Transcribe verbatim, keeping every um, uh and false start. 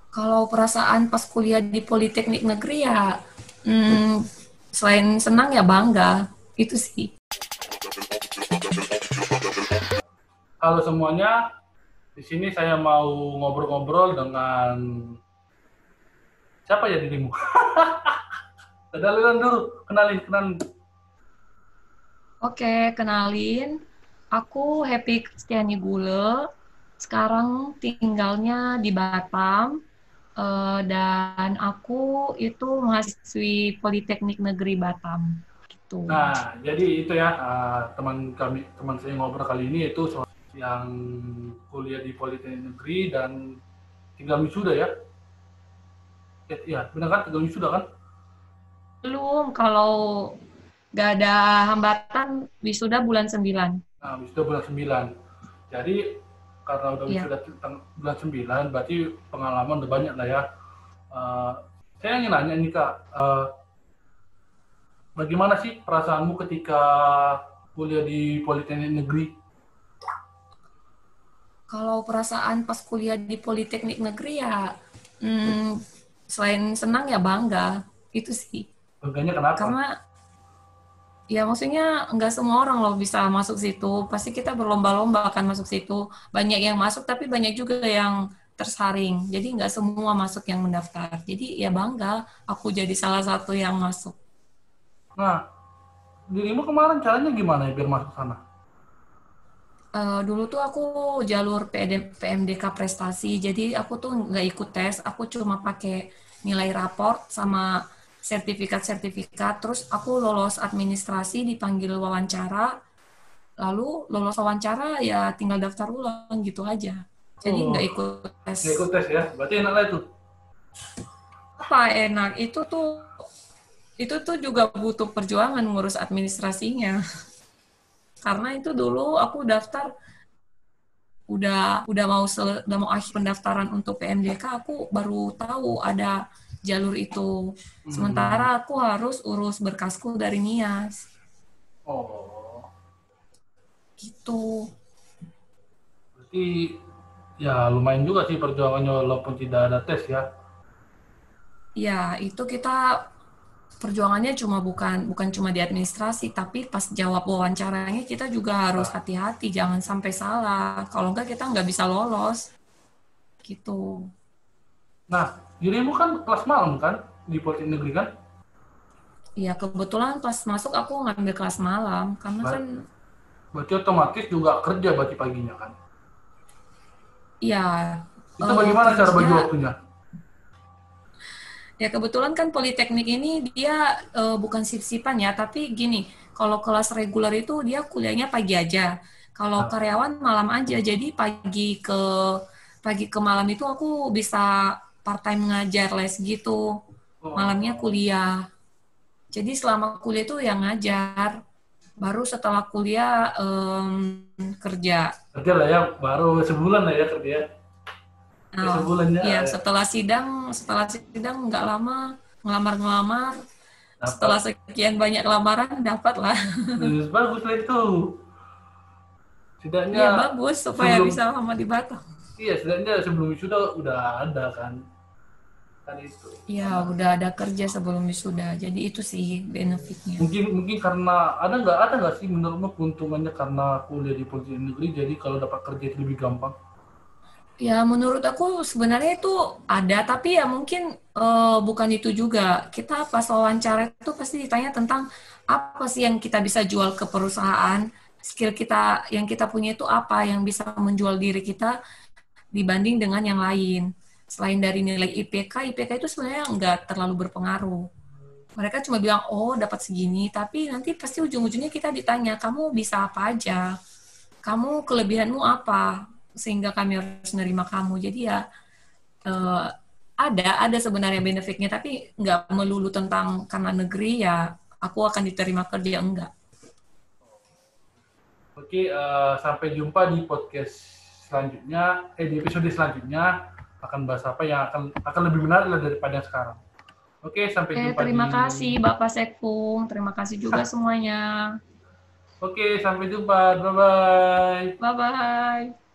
Kalau perasaan pas kuliah di Politeknik Negeri ya, hmm, selain senang ya bangga, itu sih. Halo semuanya, di sini saya mau ngobrol-ngobrol dengan siapa ya dirimu? Kenalin dulu, kenalin, kenalin. Oke, kenalin, aku Happy Kristiani Gule, sekarang tinggalnya di Batam, eh, dan aku itu mahasiswi Politeknik Negeri Batam, gitu. Nah, jadi itu ya uh, teman kami, teman saya ngobrol kali ini itu soal yang kuliah di Politeknik Negeri dan tinggal wisuda ya. Ya, ya benar kan, tinggal wisuda kan? Belum, kalau nggak ada hambatan, wisuda bulan sembilan. Nah, wisuda bulan sembilan. Jadi karena udah Iya. wisuda bulan sembilan, berarti pengalaman udah banyak lah ya. Uh, saya ingin nanya nih Kak, uh, bagaimana sih perasaanmu ketika kuliah di Politeknik Negeri? Kalau perasaan pas kuliah di Politeknik Negeri ya, hmm, selain senang ya bangga, itu sih. Bangganya kenapa? Karena ya maksudnya nggak semua orang loh bisa masuk situ. Pasti kita berlomba-lomba akan masuk situ. Banyak yang masuk tapi banyak juga yang tersaring. Jadi nggak semua masuk yang mendaftar. Jadi ya bangga aku jadi salah satu yang masuk. Nah, dirimu kemarin caranya gimana ya biar masuk sana? Uh, dulu tuh aku jalur P M D K prestasi, jadi aku tuh nggak ikut tes, aku cuma pakai nilai raport sama sertifikat-sertifikat, terus aku lolos administrasi, dipanggil wawancara, lalu lolos wawancara ya tinggal daftar ulang gitu aja. Jadi Oh, nggak ikut nggak ikut tes. tes ya? Berarti enak lah itu. Apa enak, itu tuh itu tuh juga butuh perjuangan ngurus administrasinya. Karena itu dulu aku daftar udah udah mau sel, udah mau akhir pendaftaran untuk P M D K, aku baru tahu ada jalur itu. Hmm. Sementara aku harus urus berkasku dari Nias. Oh, Gitu. berarti ya lumayan juga sih perjuangannya walaupun tidak ada tes ya. Ya, itu kita perjuangannya cuma bukan bukan cuma di administrasi, tapi pas jawab wawancaranya kita juga harus Ah. hati-hati, jangan sampai salah. Kalau enggak kita nggak bisa lolos. Gitu. Nah, dirimu kan kelas malam kan di Politeknik Negeri kan? Ya, kebetulan pas masuk aku ngambil kelas malam, karena kan Ber- Berarti otomatis juga kerja berarti paginya kan? ya Itu eh, bagaimana cara bagi kerja. waktunya? Ya kebetulan kan Politeknik ini dia uh, bukan sip-sipan ya, tapi gini, kalau kelas reguler itu dia kuliahnya pagi aja. Kalau Ah. karyawan malam aja, jadi pagi ke pagi ke malam itu aku bisa part-time ngajar les gitu. Malamnya Oh, kuliah. Jadi selama kuliah itu yang ngajar. Baru setelah kuliah um, kerja. kerja lah ya, baru sebulan lah ya kerja. Ya Nah, sebulannya ya eh, setelah sidang, setelah sidang nggak lama ngelamar-ngelamar. Setelah dapat. sekian banyak lamaran, dapat lah. Terus bagus lah itu. Iya, Setidaknya bagus supaya bisa sebelum lama di Batam. iya setidaknya sebelum wisuda udah ada kan kan itu Iya, karena udah ada kerja sebelum wisuda. Jadi itu sih benefitnya. mungkin mungkin karena ada nggak ada nggak sih menurutmu keuntungannya karena kuliah di Politeknik Negeri jadi kalau dapat kerja itu lebih gampang. Ya, menurut aku sebenarnya itu ada, tapi ya mungkin eh, bukan itu juga. Kita pas wawancara itu pasti ditanya tentang apa sih yang kita bisa jual ke perusahaan, skill kita yang kita punya itu apa yang bisa menjual diri kita dibanding dengan yang lain. Selain dari nilai I P K, I P K itu sebenarnya nggak terlalu berpengaruh. Mereka cuma bilang, oh dapat segini, tapi nanti pasti ujung-ujungnya kita ditanya, kamu bisa apa aja? Kamu kelebihanmu apa? Sehingga kami harus menerima kamu. Jadi ya eh, ada, ada sebenarnya benefitnya, tapi nggak melulu tentang karena negeri ya aku akan diterima kerja, enggak. Oke, eh, sampai jumpa di podcast selanjutnya eh di episode selanjutnya akan bahas apa yang akan akan lebih menarik daripada yang sekarang. Oke, sampai Oke, jumpa di terima kasih Bapak Sekung. Terima kasih juga semuanya. Oke, sampai jumpa. Bye bye. Bye-bye.